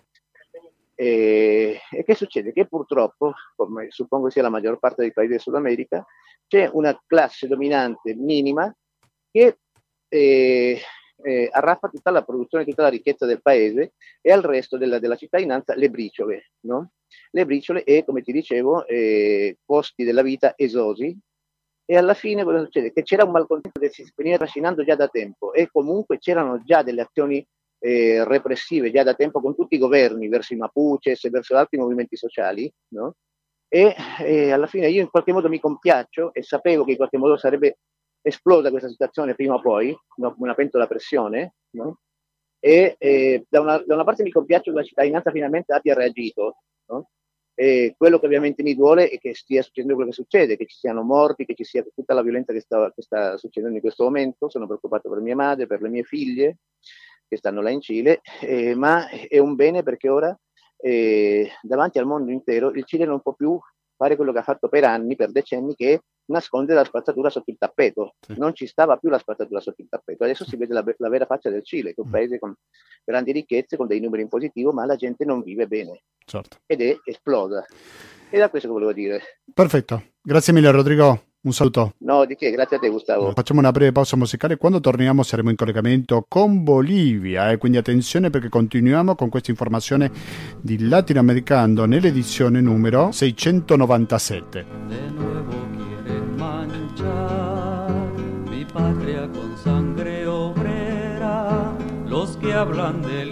E, e che succede? Che purtroppo, come suppongo sia la maggior parte dei paesi del Sud America, c'è una classe dominante minima che eh, eh, arraffa tutta la produzione, tutta la ricchezza del paese, e al resto della, della cittadinanza le briciole, no? Le briciole e, come ti dicevo, eh, costi della vita esosi. E alla fine cosa succede? Che c'era un malcontento che si veniva trascinando già da tempo, e comunque c'erano già delle azioni eh, repressive già da tempo con tutti i governi verso i Mapuches e verso altri movimenti sociali, no? E, e alla fine io in qualche modo mi compiaccio, e sapevo che in qualche modo sarebbe esplosa questa situazione prima o poi, no? Una pentola a pressione, no? E eh, da, una, da una parte mi compiaccio che la cittadinanza finalmente abbia reagito, no? E quello che ovviamente mi duole è che stia succedendo quello che succede, che ci siano morti, che ci sia tutta la violenza che sta, che sta succedendo in questo momento. Sono preoccupato per mia madre, per le mie figlie che stanno là in Cile, eh, ma è un bene perché ora eh, davanti al mondo intero il Cile non può più fare quello che ha fatto per anni, per decenni, che è nascondere la spazzatura sotto il tappeto. Sì. Non ci stava più la spazzatura sotto il tappeto, adesso si vede la, la vera faccia del Cile, che è un paese con grandi ricchezze, con dei numeri in positivo, ma la gente non vive bene. Certo. Ed è esplosa. Ed è questo che volevo dire. Perfetto, grazie mille Rodrigo, un saluto. No, di che, grazie a te Gustavo. Facciamo una breve pausa musicale, quando torniamo saremo in collegamento con Bolivia, eh? Quindi attenzione perché continuiamo con questa informazione di Latinoamericano nell'edizione numero seicentonovantasette. De nuevo quieren manchar mi patria con sangre obrera, los que hablan de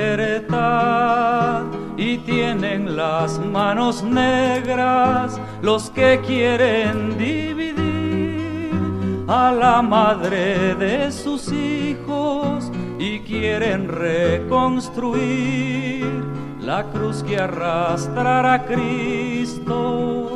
libertad y tienen las manos negras, los que quieren dividir a la madre de sus hijos y quieren reconstruir la cruz que arrastrará Cristo.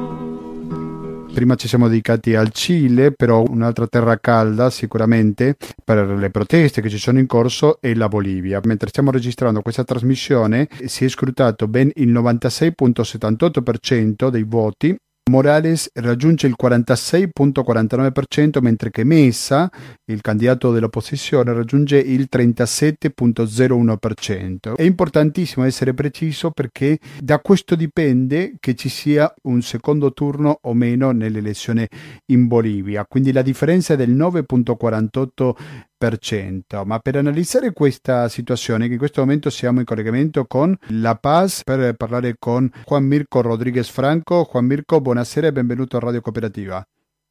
Prima ci siamo dedicati al Cile, però un'altra terra calda sicuramente per le proteste che ci sono in corso è la Bolivia. Mentre stiamo registrando questa trasmissione si è scrutato ben il novantasei virgola settantotto per cento dei voti. Morales raggiunge il quarantasei virgola quarantanove per cento, mentre che Mesa, il candidato dell'opposizione, raggiunge il trentasette virgola zero uno per cento. È importantissimo essere preciso perché da questo dipende che ci sia un secondo turno o meno nell'elezione in Bolivia, quindi la differenza è del nove virgola quarantotto per cento. Ma per analizzare questa situazione, che in questo momento siamo in collegamento con La Paz per parlare con Juan Mirko Rodriguez Franco. Juan Mirko, buonasera e benvenuto a Radio Cooperativa.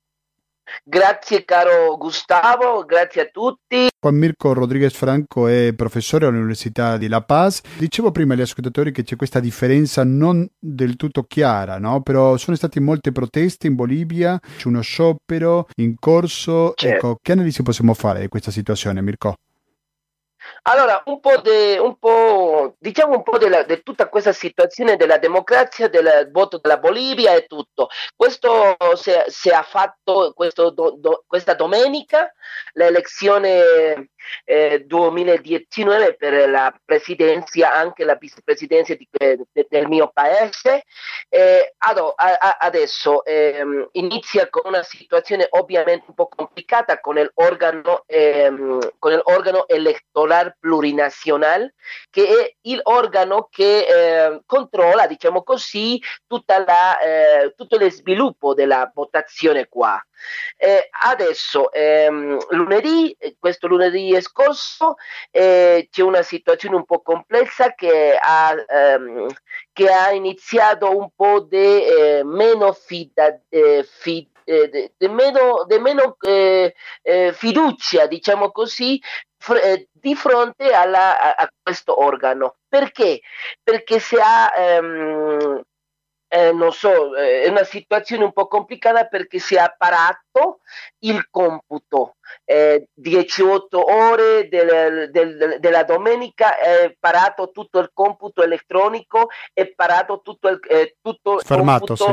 Grazie caro Gustavo, grazie a tutti. Juan Mirko Rodriguez Franco è professore all'Università di La Paz. Dicevo prima agli ascoltatori che c'è questa differenza non del tutto chiara, no? Però sono state molte proteste in Bolivia, c'è uno sciopero in corso. Certo. Ecco, che analisi possiamo fare di questa situazione, Mirko? Allora, un po', de, un po' diciamo un po' di tutta questa situazione della democrazia, del voto della Bolivia e tutto. Questo si, si è fatto questo do, do, questa domenica, l'elezione eh, duemiladiciannove per la presidenza, anche la vicepresidenza di, de, del mio paese. Eh, ado, a, adesso eh, inizia con una situazione ovviamente un po' complicata con l'organo, eh, con l'organo elettorale plurinazionale, che è il organo che eh, controlla, diciamo così, tutta la, eh, tutto lo sviluppo della votazione qua. Eh, adesso, ehm, lunedì, questo lunedì scorso, eh, c'è una situazione un po' complessa che ha, ehm, che ha iniziato un po' di eh, meno fida, eh, fi, eh, de, de meno, de meno eh, eh, fiducia, diciamo così, fr- eh, di fronte alla, a, a questo organo. Perché? Perché si ha... Ehm, Eh, non so, eh, è una situazione un po' complicata perché si è apparato il computo, eh, diciotto ore del, del, della domenica è parato tutto il computo elettronico, è parato tutto il, eh, tutto il Fermato, computo. sì.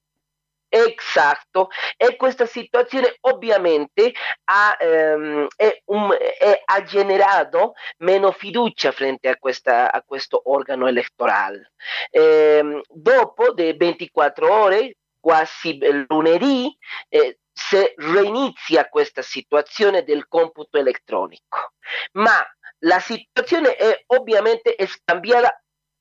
Esatto, e questa situazione ovviamente ha, ehm, è un, è, ha generato meno fiducia frente a, questa, a questo organo elettorale. Eh, dopo le ventiquattro ore, quasi lunedì, eh, si reinizia questa situazione del computo elettronico, ma la situazione è ovviamente scambiata,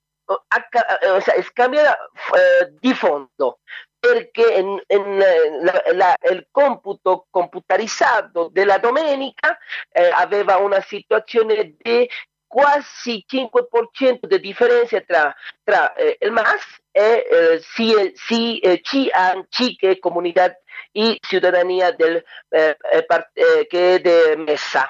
è scambiata eh, di fondo, perché in, in, la, la, il computo computarizzato della domenica eh, aveva una situazione di quasi cinque per cento di differenza tra, tra eh, il M A S e eh, C, C, eh, C, C che è Comunità e Cittadania del, eh, eh, che è de Messa.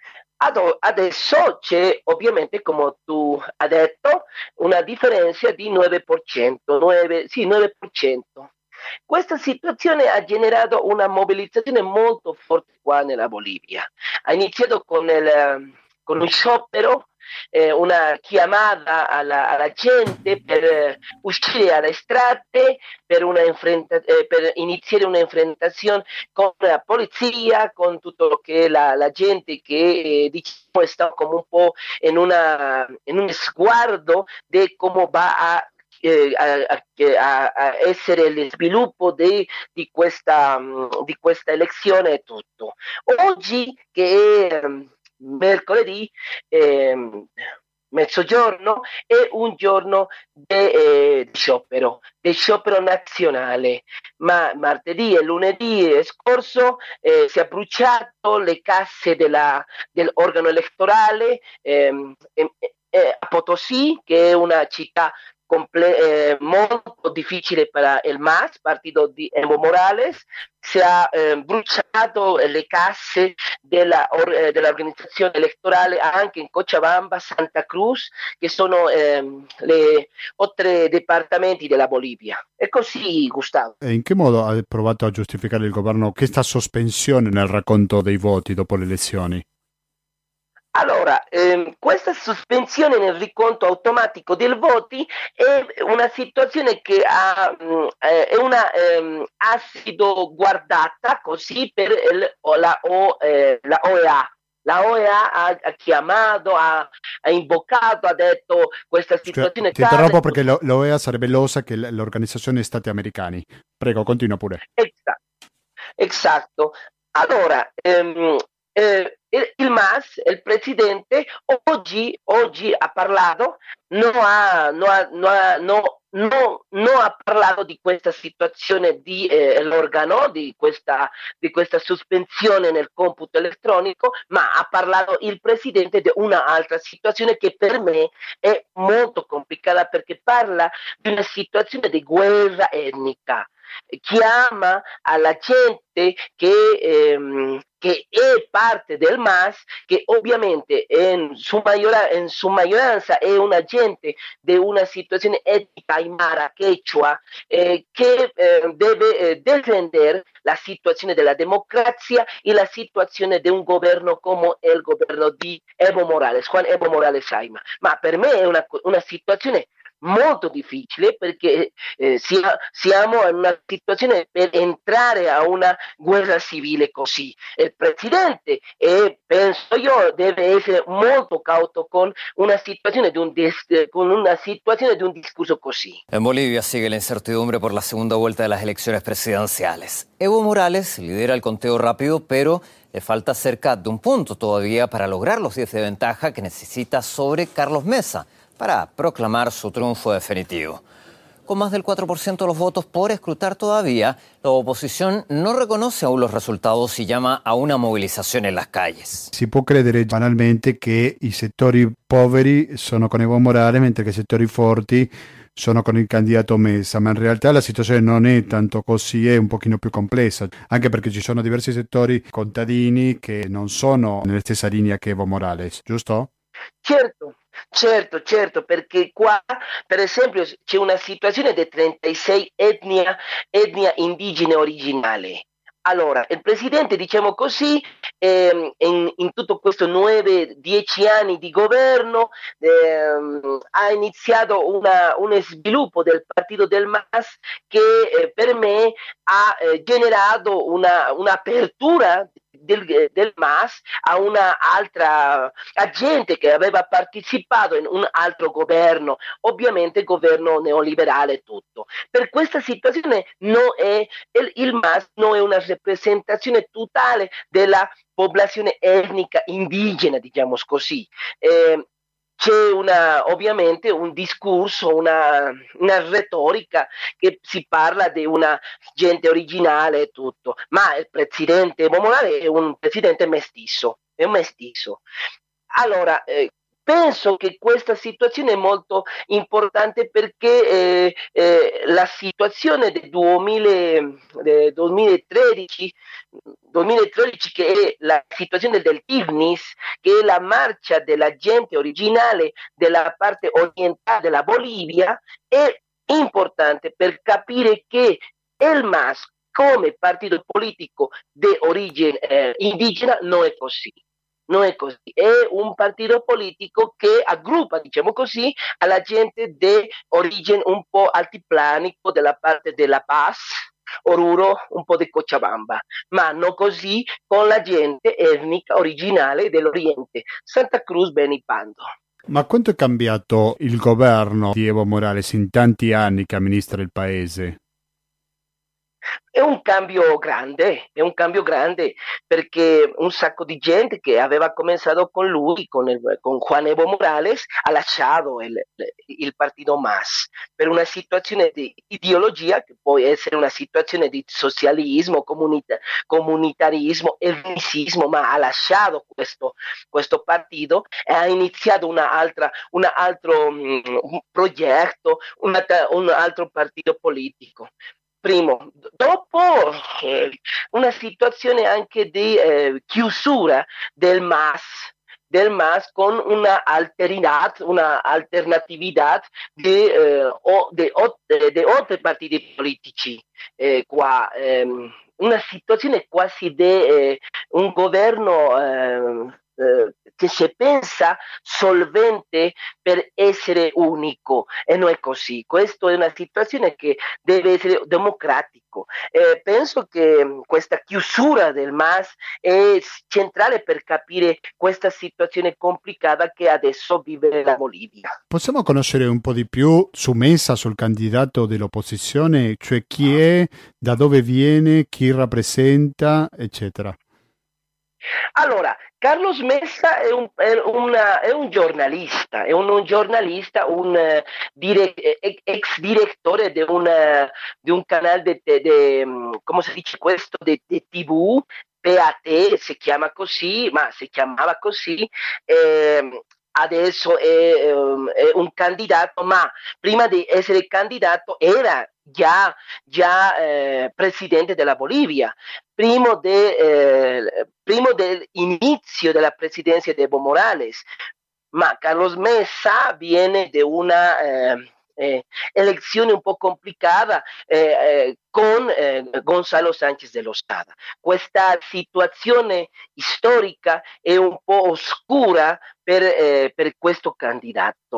Adesso c'è ovviamente, come tu hai detto, una differenza di nove per cento, nove, sì, nove per cento. Questa situazione ha generato una mobilitazione molto forte qua nella Bolivia. Ha iniziato con, il, con un sciopero, eh, una chiamata alla, alla gente per eh, uscire alle strade, per, una enfrenta- eh, per iniziare una enfrentazione con la polizia, con tutto lo che la, la gente che eh, diciamo sta come un po' in, una, in un sguardo di come va a Eh, a, a, a essere lo sviluppo di, di, questa, di questa elezione e tutto. Oggi che è mercoledì, eh, mezzogiorno, è un giorno di eh, sciopero, di sciopero nazionale, ma martedì e lunedì scorso eh, si è bruciato le casse della, dell'organo elettorale eh, eh, eh, a Potosí, che è una città Comple- eh, molto difficile per il M A S, partito di Evo Morales. Si ha eh, bruciato le casse della, or, eh, dell'organizzazione elettorale anche in Cochabamba, Santa Cruz, che sono eh, le oltre departamenti della Bolivia. È così, Gustavo. E in che modo ha provato a giustificare il governo questa sospensione nel racconto dei voti dopo le elezioni? Allora, ehm, questa sospensione nel riconto automatico dei voti è una situazione che ha, mh, eh, è una, ehm, ha sido guardata così per il, la, o, eh, la O E A. La O E A ha, ha chiamato, ha, ha invocato, ha detto questa situazione. Ti interrompo perché l'O E A sarebbe l'O S A, che è l'Organizzazione degli Stati Americani. Prego, continua pure. Esatto. Esatto. Allora, ehm, eh, il, il M A S, il presidente, oggi, oggi ha parlato, non ha, non ha, non ha, no, no, non ha parlato di questa situazione di eh, l'organo, di questa, di questa sospensione nel computo elettronico, ma ha parlato il presidente di un'altra situazione che per me è molto complicata, perché parla di una situazione di guerra etnica. Chiama alla gente che, ehm, che è parte del M A S, che ovviamente in sua, maggioranza, in sua maggioranza è una gente di una situazione etnica aymara, quechua, eh, che eh, deve eh, difendere la situazione della democrazia e la situazione di un governo come il governo di Evo Morales, Juan Evo Morales Ayma. Ma per me è una, una situazione molto difficile perché eh, sia, siamo in una situazione per entrare a una guerra civile così. Il presidente, e penso io, deve essere molto cauto con una situazione di un, dis- con una situazione di un discurso così. En Bolivia sigue la incertidumbre por la segunda vuelta de las elecciones presidenciales. Evo Morales lidera el conteo rápido, pero le falta cerca de un punto todavía para lograr los diez de ventaja que necesita sobre Carlos Mesa para proclamar su triunfo definitivo. Con más del cuatro por ciento de los votos por escrutar todavía, la oposición no reconoce aún los resultados y llama a una movilizazione en las calles. Si può credere banalmente che i settori poveri sono con Evo Morales, mentre che i settori forti sono con il candidato Mesa, ma in realtà la situazione non è tanto così, è un pochino più complessa, anche perché ci sono diversi settori contadini che non sono nella stessa linea che Evo Morales, giusto? Certo, certo, certo, perché qua, per esempio, c'è una situazione di trentasei etnia, etnia indigene originale. Allora, il presidente, diciamo così, ehm, in, in tutto questo nove dieci anni di governo ehm, ha iniziato una, un sviluppo del partito del M A S che eh, per me ha eh, generato una, un'apertura del, del M A S a una altra a gente che aveva partecipato in un altro governo, ovviamente governo neoliberale e tutto. Per questa situazione no è, il, il M A S non è una rappresentazione totale della popolazione etnica indigena, diciamo così. Eh, c'è una, ovviamente un discorso, una, una retorica che si parla di una gente originale e tutto, ma il presidente Evo Morales è un presidente mestizo, è un mestizo. Allora, eh, penso che questa situazione è molto importante perché eh, eh, la situazione del duemilatredici, duemilatredici che è la situazione del TIGNIS, che è la marcia della gente originale della parte orientale della Bolivia, è importante per capire che il M A S come partito politico di origine eh, indigena non è così. Non è così, è un partito politico che aggruppa, diciamo così, alla gente di origine un po' altiplanico della parte della Paz, Oruro, un po' di Cochabamba, ma non così con la gente etnica originale dell'Oriente, Santa Cruz, Beni, Pando. Ma quanto è cambiato il governo di Evo Morales in tanti anni che amministra il paese? È un cambio grande, è un cambio grande perché un sacco di gente che aveva cominciato con lui, con, il, con Juan Evo Morales, ha lasciato il, il partito M A S per una situazione di ideologia che può essere una situazione di socialismo, comunita, comunitarismo, etnicismo, ma ha lasciato questo, questo partito e ha iniziato una altra, un altro um, progetto, una, un altro partito politico. Primo, dopo eh, una situazione anche di eh, chiusura del M A S, del M A S con una alteridad, una alternatività di, eh, o, de, de altri partiti politici eh, qua. Ehm, una situazione quasi di eh, un governo eh, eh, che si pensa solvente per essere unico e non è così. Questa è una situazione che deve essere democratico. Eh, penso che questa chiusura del M A S è centrale per capire questa situazione complicata che adesso vive la Bolivia. Possiamo conoscere un po' di più su Mesa, sul candidato dell'opposizione, cioè chi è, da dove viene, chi rappresenta, eccetera? Allora, Carlos Mesa è un, è una, è un giornalista, è un, un giornalista, un uh, dire, ex direttore di un, uh, di un canale, de, de, de, come si dice questo, di tivù, P A T si chiama così, ma si chiamava così, eh, adesso è, um, è un candidato, ma prima di essere candidato era già, già eh, presidente della Bolivia, prima, de, eh, prima dell'inizio della presidenza di Evo Morales, ma Carlos Mesa viene da una eh, eh, elezione un po' complicata eh, eh, con eh, Gonzalo Sánchez de Lozada. Questa situazione storica è un po' oscura per, eh, per questo candidato.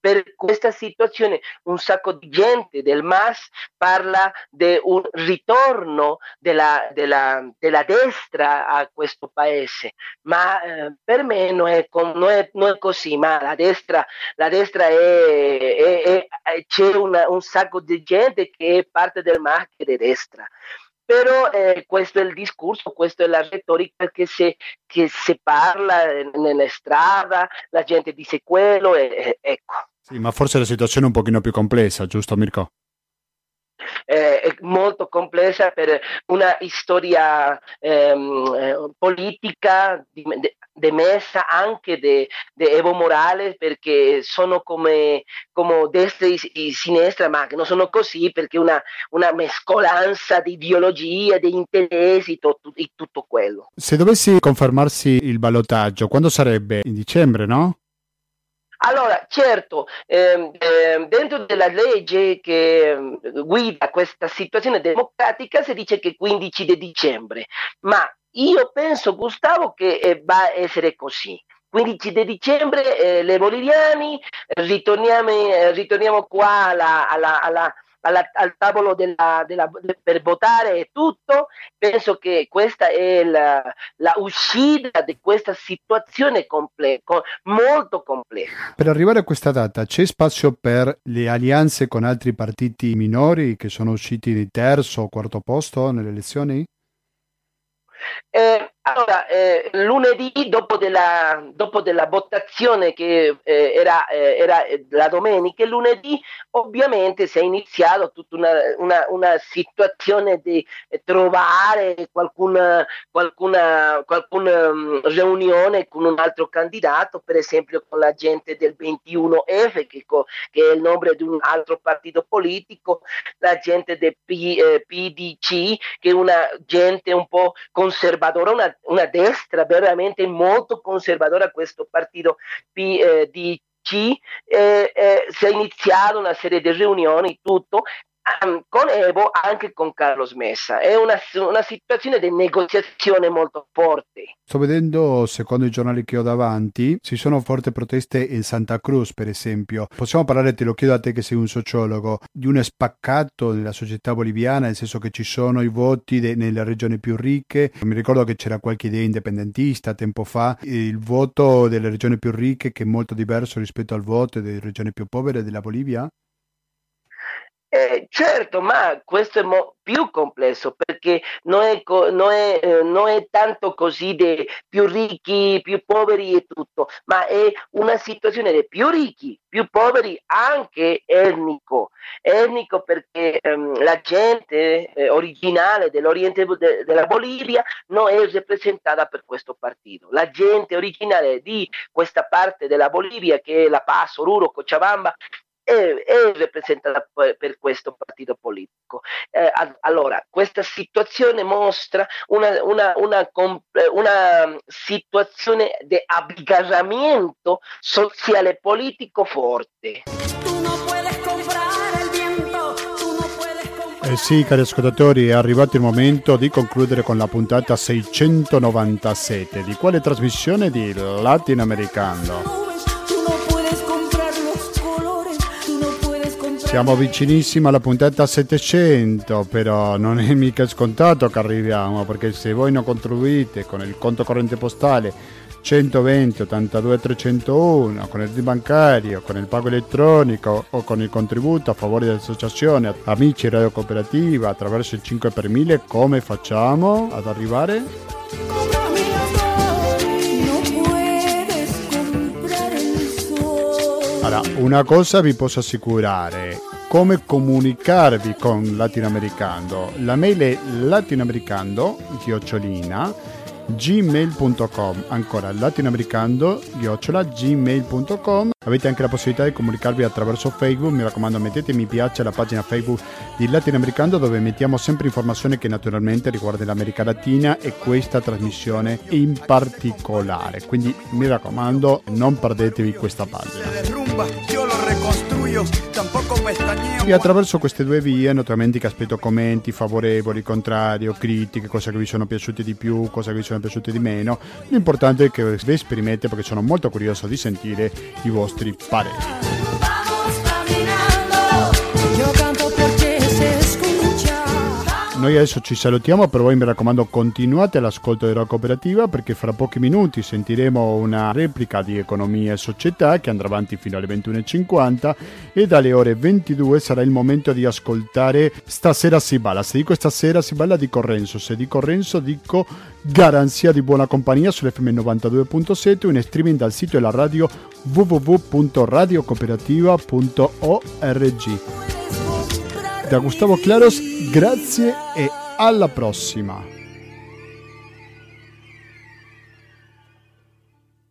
per questa situazione un sacco di gente del M A S parla di un ritorno della, della, della destra a questo paese, ma eh, per me non è, non, è, non è così, ma la destra, la destra è, è, è, è c'è una, un sacco di gente che è parte del M A S di destra. Però eh, questo è il discorso, questa è la retorica che si, che si parla nella strada, la gente dice quello e, e ecco. Sì, ma forse la situazione è un pochino più complessa, giusto Mirko? Eh, è molto complessa per una storia ehm, politica demessa anche di Evo Morales, perché sono come, come destra e sinistra, ma non sono così perché una, una mescolanza di ideologia, di interessi e tutto quello. Se dovessi confermarsi il ballottaggio, quando sarebbe? In dicembre, no? Allora, certo, ehm, ehm, dentro della legge che ehm, guida questa situazione democratica si dice che quindici di dicembre, ma io penso, Gustavo, che eh, va a essere così. quindici di dicembre, eh, le boliviani, ritorniamo, eh, ritorniamo qua alla, alla, alla Alla, al tavolo della, della, per votare e tutto. Penso che questa è la, la uscita di questa situazione comple- molto complessa. Per arrivare a questa data c'è spazio per le alleanze con altri partiti minori che sono usciti di terzo o quarto posto nelle elezioni? Eh, allora, eh, lunedì, dopo della, dopo della votazione che eh, era, eh, era la domenica, lunedì ovviamente si è iniziato tutta una, una, una situazione di trovare qualcuna, qualcuna, qualcuna um, riunione con un altro candidato, per esempio con la gente del ventuno F, che, che è il nome di un altro partito politico, la gente del P, eh, P D C, che è una gente un po' conservadora, una, una destra veramente molto conservadora, questo partito P D C, eh, eh, si è iniziato una serie di riunioni, tutto, um, con Evo, anche con Carlos Mesa. È una, una situazione di negoziazione molto forte. Sto vedendo, secondo i giornali che ho davanti, ci sono forti proteste in Santa Cruz, per esempio. Possiamo parlare, te lo chiedo a te che sei un sociologo, di uno spaccato nella società boliviana, nel senso che ci sono i voti de- nelle regioni più ricche. Mi ricordo che c'era qualche idea indipendentista tempo fa, il voto delle regioni più ricche che è molto diverso rispetto al voto delle regioni più povere della Bolivia. Eh, certo, ma questo è mo- più complesso, perché non è, co- non è, eh, non è tanto così dei più ricchi, più poveri e tutto, ma è una situazione dei più ricchi, più poveri, anche etnico, etnico perché ehm, la gente eh, originale dell'Oriente de- della Bolivia non è rappresentata per questo partito. La gente originale di questa parte della Bolivia, che è La Paz, Oruro, Cochabamba, È, è rappresentata per questo partito politico. Eh, allora, questa situazione mostra una, una, una, una situazione di abbigarramento sociale e politico forte. Eh sì, cari ascoltatori, è arrivato il momento di concludere con la puntata seicentonovantasette di quale trasmissione di Latinoamericano. Siamo vicinissimi alla puntata settecento, però non è mica scontato che arriviamo, perché se voi non contribuite con il conto corrente postale centoventi ottantadue trecentouno, con il D bancario, con il pago elettronico o con il contributo a favore dell'associazione Amici Radio Cooperativa attraverso il cinque per mille, come facciamo ad arrivare? Allora, una cosa vi posso assicurare, come comunicarvi con Latinoamericano. La mail è latinoamericano chiocciolina gmail punto com, ancora latinoamericano chiocciola gmail punto com. Avete anche la possibilità di comunicarvi attraverso Facebook, mi raccomando mettete mi piace alla pagina Facebook di Latinoamericano, dove mettiamo sempre informazioni che naturalmente riguardano l'America Latina e questa trasmissione in particolare, quindi mi raccomando non perdetevi questa pagina. E attraverso queste due vie naturalmente che aspetto commenti favorevoli, contrari o critiche, cose che vi sono piaciute di più, cose che vi sono piaciute di meno. L'importante è che vi esprimete, perché sono molto curioso di sentire i vostri pareri. Noi adesso ci salutiamo, però voi mi raccomando continuate all'ascolto della cooperativa, perché fra pochi minuti sentiremo una replica di Economia e Società che andrà avanti fino alle ventuno e cinquanta, e dalle ore ventidue sarà il momento di ascoltare Stasera si balla. Se dico stasera si balla dico Renzo, se dico Renzo dico garanzia di buona compagnia sull'F M novantadue punto sette, in streaming dal sito della radio w w w punto radio cooperativa punto org. Da Gustavo Claros, grazie e alla prossima.